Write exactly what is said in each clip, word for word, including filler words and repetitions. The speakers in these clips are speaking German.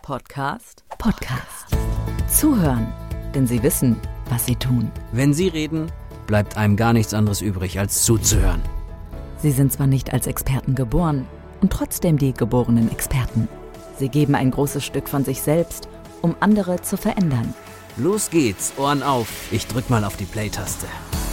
Podcast? Podcast. Zuhören, denn sie wissen, was sie tun. Wenn sie reden, bleibt einem gar nichts anderes übrig, als zuzuhören. Sie sind zwar nicht als Experten geboren und trotzdem die geborenen Experten. Sie geben ein großes Stück von sich selbst, um andere zu verändern. Los geht's, Ohren auf. Ich drück mal auf die Play-Taste.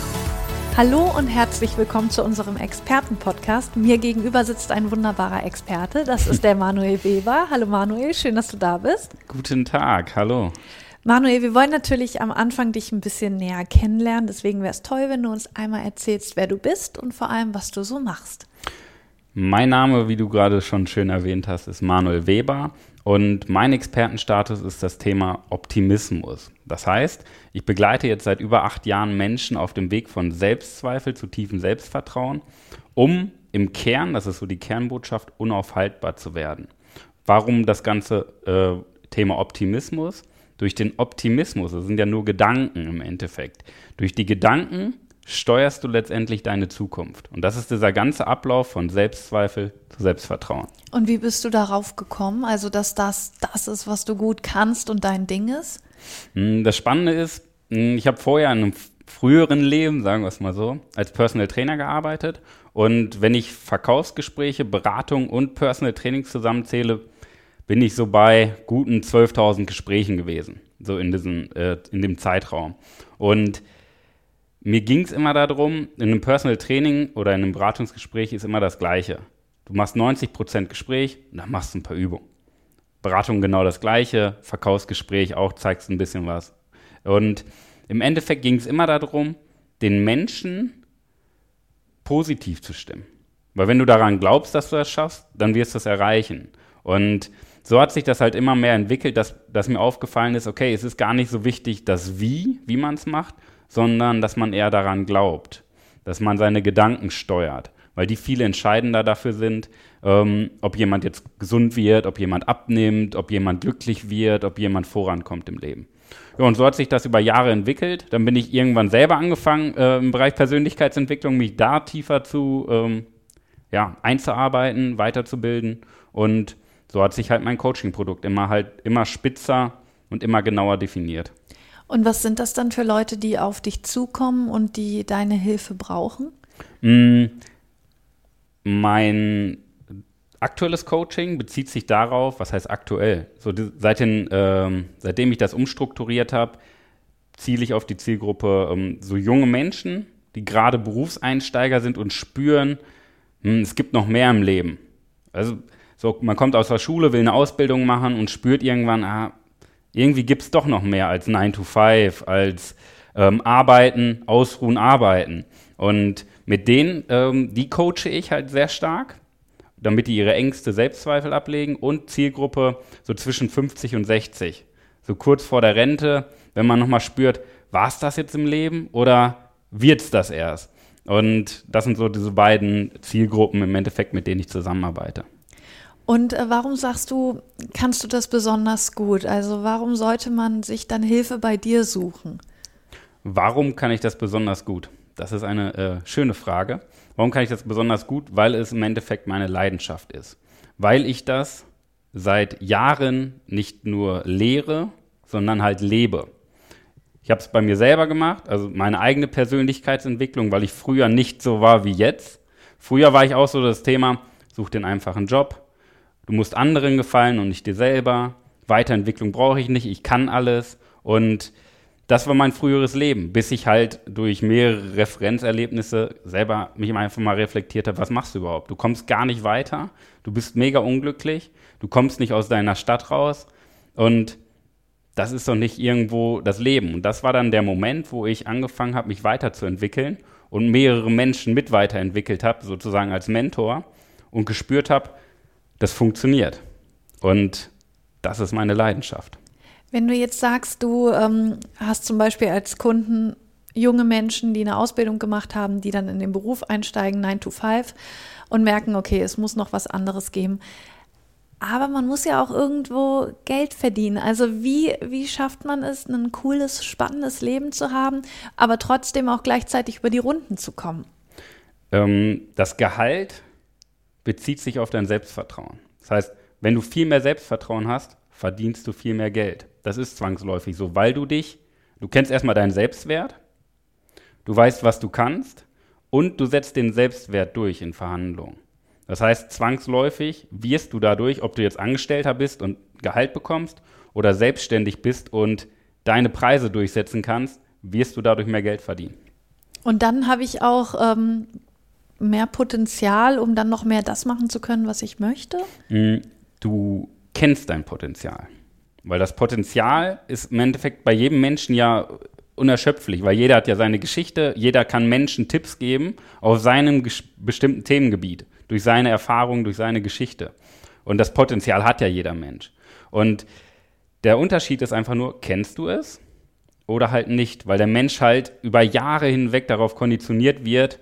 Hallo und herzlich willkommen zu unserem Experten-Podcast. Mir gegenüber sitzt ein wunderbarer Experte. Das ist der Manuel Weber. Hallo Manuel, schön, dass du da bist. Guten Tag, hallo. Manuel, wir wollen natürlich am Anfang dich ein bisschen näher kennenlernen. Deswegen wäre es toll, wenn du uns einmal erzählst, wer du bist und vor allem, was du so machst. Mein Name, wie du gerade schon schön erwähnt hast, ist Manuel Weber und mein Expertenstatus ist das Thema Optimismus. Das heißt, ich begleite jetzt seit über acht Jahren Menschen auf dem Weg von Selbstzweifel zu tiefem Selbstvertrauen, um im Kern, das ist so die Kernbotschaft, unaufhaltbar zu werden. Warum das ganze äh, Thema Optimismus? Durch den Optimismus, das sind ja nur Gedanken im Endeffekt, durch die Gedanken steuerst du letztendlich deine Zukunft. Und das ist dieser ganze Ablauf von Selbstzweifel zu Selbstvertrauen. Und wie bist du darauf gekommen? Also, dass das das ist, was du gut kannst und dein Ding ist? Das Spannende ist, ich habe vorher in einem früheren Leben, sagen wir es mal so, als Personal Trainer gearbeitet. Und wenn ich Verkaufsgespräche, Beratung und Personal Training zusammenzähle, bin ich so bei guten zwölftausend Gesprächen gewesen, so in diesem, äh, in dem Zeitraum. Und mir ging es immer darum, in einem Personal Training oder in einem Beratungsgespräch ist immer das Gleiche. Du machst neunzig Prozent Gespräch und dann machst du ein paar Übungen. Beratung genau das Gleiche, Verkaufsgespräch auch, zeigst ein bisschen was. Und im Endeffekt ging es immer darum, den Menschen positiv zu stimmen. Weil wenn du daran glaubst, dass du das schaffst, dann wirst du es erreichen. Und so hat sich das halt immer mehr entwickelt, dass, dass mir aufgefallen ist, okay, es ist gar nicht so wichtig, das Wie, wie man es macht, sondern dass man eher daran glaubt, dass man seine Gedanken steuert, weil die viel entscheidender dafür sind, ähm, ob jemand jetzt gesund wird, ob jemand abnimmt, ob jemand glücklich wird, ob jemand vorankommt im Leben. Ja, und so hat sich das über Jahre entwickelt. Dann bin ich irgendwann selber angefangen, äh, im Bereich Persönlichkeitsentwicklung mich da tiefer zu ähm, ja, einzuarbeiten, weiterzubilden. Und so hat sich halt mein Coaching-Produkt immer halt immer spitzer und immer genauer definiert. Und was sind das dann für Leute, die auf dich zukommen und die deine Hilfe brauchen? Mm, mein aktuelles Coaching bezieht sich darauf, was heißt aktuell? So die, seit den, ähm, seitdem ich das umstrukturiert habe, ziele ich auf die Zielgruppe ähm, so junge Menschen, die gerade Berufseinsteiger sind und spüren, hm, es gibt noch mehr im Leben. Also so, man kommt aus der Schule, will eine Ausbildung machen und spürt irgendwann, ah, irgendwie gibt es doch noch mehr als nine to five, als ähm, Arbeiten, Ausruhen, Arbeiten. Und mit denen, ähm, die coache ich halt sehr stark, damit die ihre Ängste, Selbstzweifel ablegen und Zielgruppe so zwischen fünfzig und sechzig. So kurz vor der Rente, wenn man nochmal spürt, war es das jetzt im Leben oder wird es das erst? Und das sind so diese beiden Zielgruppen im Endeffekt, mit denen ich zusammenarbeite. Und äh, warum sagst du, kannst du das besonders gut? Also warum sollte man sich dann Hilfe bei dir suchen? Warum kann ich das besonders gut? Das ist eine äh, schöne Frage. Warum kann ich das besonders gut? Weil es im Endeffekt meine Leidenschaft ist. Weil ich das seit Jahren nicht nur lehre, sondern halt lebe. Ich habe es bei mir selber gemacht, also meine eigene Persönlichkeitsentwicklung, weil ich früher nicht so war wie jetzt. Früher war ich auch so das Thema, such den einfachen Job. Du musst anderen gefallen und nicht dir selber. Weiterentwicklung brauche ich nicht, ich kann alles. Und das war mein früheres Leben, bis ich halt durch mehrere Referenzerlebnisse selber mich einfach mal reflektiert habe, was machst du überhaupt? Du kommst gar nicht weiter, du bist mega unglücklich, du kommst nicht aus deiner Stadt raus und das ist doch nicht irgendwo das Leben. Und das war dann der Moment, wo ich angefangen habe, mich weiterzuentwickeln und mehrere Menschen mit weiterentwickelt habe, sozusagen als Mentor und gespürt habe, das funktioniert. Und das ist meine Leidenschaft. Wenn du jetzt sagst, du ähm, hast zum Beispiel als Kunden junge Menschen, die eine Ausbildung gemacht haben, die dann in den Beruf einsteigen, nine to five und merken, okay, es muss noch was anderes geben. Aber man muss ja auch irgendwo Geld verdienen. Also wie, wie schafft man es, ein cooles, spannendes Leben zu haben, aber trotzdem auch gleichzeitig über die Runden zu kommen? Ähm, das Gehalt bezieht sich auf dein Selbstvertrauen. Das heißt, wenn du viel mehr Selbstvertrauen hast, verdienst du viel mehr Geld. Das ist zwangsläufig so, weil du dich, du kennst erstmal deinen Selbstwert, du weißt, was du kannst und du setzt den Selbstwert durch in Verhandlungen. Das heißt, zwangsläufig wirst du dadurch, ob du jetzt Angestellter bist und Gehalt bekommst oder selbstständig bist und deine Preise durchsetzen kannst, wirst du dadurch mehr Geld verdienen. Und dann habe ich auch ähm, mehr Potenzial, um dann noch mehr das machen zu können, was ich möchte? Du kennst dein Potenzial. Weil das Potenzial ist im Endeffekt bei jedem Menschen ja unerschöpflich, weil jeder hat ja seine Geschichte, jeder kann Menschen Tipps geben auf seinem ges- bestimmten Themengebiet, durch seine Erfahrung, durch seine Geschichte. Und das Potenzial hat ja jeder Mensch. Und der Unterschied ist einfach nur, kennst du es oder halt nicht, weil der Mensch halt über Jahre hinweg darauf konditioniert wird,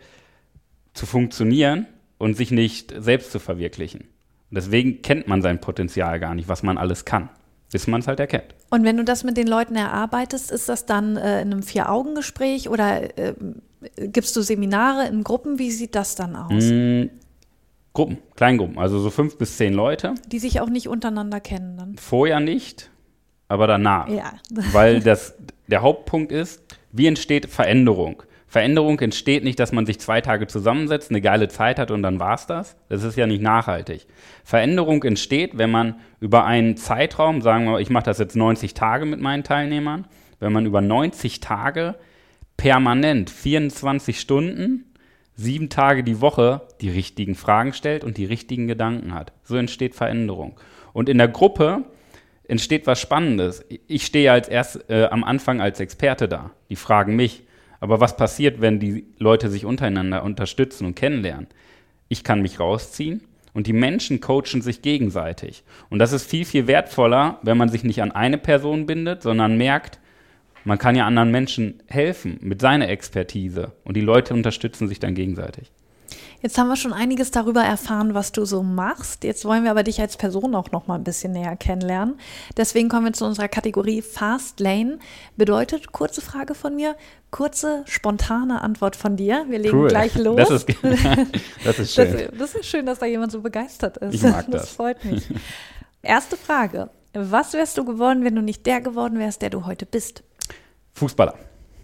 zu funktionieren und sich nicht selbst zu verwirklichen. Und deswegen kennt man sein Potenzial gar nicht, was man alles kann, bis man es halt erkennt. Und wenn du das mit den Leuten erarbeitest, ist das dann äh, in einem Vier-Augen-Gespräch oder äh, gibst du Seminare in Gruppen? Wie sieht das dann aus? Mm, Gruppen, Kleingruppen, also so fünf bis zehn Leute. Die sich auch nicht untereinander kennen dann? Vorher nicht, aber danach. Ja. Weil das, der Hauptpunkt ist, wie entsteht Veränderung? Veränderung entsteht nicht, dass man sich zwei Tage zusammensetzt, eine geile Zeit hat und dann war's das. Das ist ja nicht nachhaltig. Veränderung entsteht, wenn man über einen Zeitraum, sagen wir, ich mache das jetzt neunzig Tage mit meinen Teilnehmern, wenn man über neunzig Tage permanent, vierundzwanzig Stunden, sieben Tage die Woche die richtigen Fragen stellt und die richtigen Gedanken hat. So entsteht Veränderung. Und in der Gruppe entsteht was Spannendes. Ich stehe als erst äh, am Anfang als Experte da. Die fragen mich. Aber was passiert, wenn die Leute sich untereinander unterstützen und kennenlernen? Ich kann mich rausziehen und die Menschen coachen sich gegenseitig. Und das ist viel, viel wertvoller, wenn man sich nicht an eine Person bindet, sondern merkt, man kann ja anderen Menschen helfen mit seiner Expertise. Und die Leute unterstützen sich dann gegenseitig. Jetzt haben wir schon einiges darüber erfahren, was du so machst. Jetzt wollen wir aber dich als Person auch noch mal ein bisschen näher kennenlernen. Deswegen kommen wir zu unserer Kategorie Fast Lane. Bedeutet, kurze Frage von mir, kurze, spontane Antwort von dir. Wir legen Cool. gleich los. Das ist, das ist schön. Das, das ist schön, dass da jemand so begeistert ist. Ich mag das. Das freut mich. Erste Frage. Was wärst du geworden, wenn du nicht der geworden wärst, der du heute bist? Fußballer.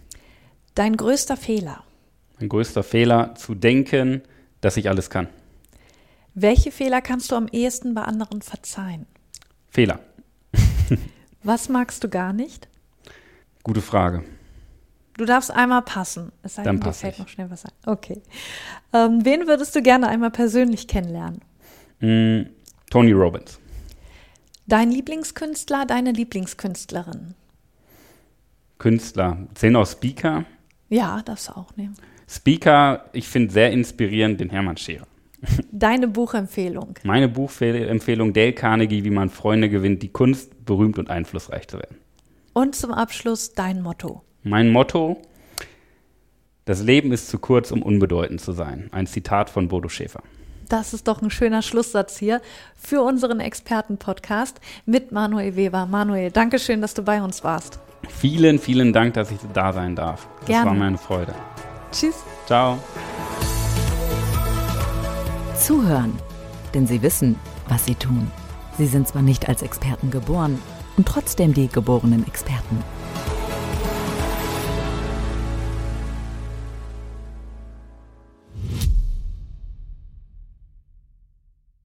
Dein größter Fehler? Mein größter Fehler, zu denken, dass ich alles kann. Welche Fehler kannst du am ehesten bei anderen verzeihen? Fehler. Was magst du gar nicht? Gute Frage. Du darfst einmal passen. Es sei Dann denn, dir passe fällt ich. noch schnell was ein. Okay. Ähm, wen würdest du gerne einmal persönlich kennenlernen? Mm, Tony Robbins. Dein Lieblingskünstler, deine Lieblingskünstlerin? Künstler. Zehn auch Speaker. Ja, darfst du auch nehmen. Speaker, ich finde sehr inspirierend den Hermann Scherer. Deine Buchempfehlung? Meine Buchempfehlung, Dale Carnegie, wie man Freunde gewinnt, die Kunst, berühmt und einflussreich zu werden. Und zum Abschluss dein Motto? Mein Motto, das Leben ist zu kurz, um unbedeutend zu sein. Ein Zitat von Bodo Schäfer. Das ist doch ein schöner Schlusssatz hier für unseren Experten-Podcast mit Manuel Weber. Manuel, danke schön, dass du bei uns warst. Vielen, vielen Dank, dass ich da sein darf. Das Gerne. war meine Freude. Tschüss. Ciao. Zuhören, denn sie wissen, was sie tun. Sie sind zwar nicht als Experten geboren und trotzdem die geborenen Experten.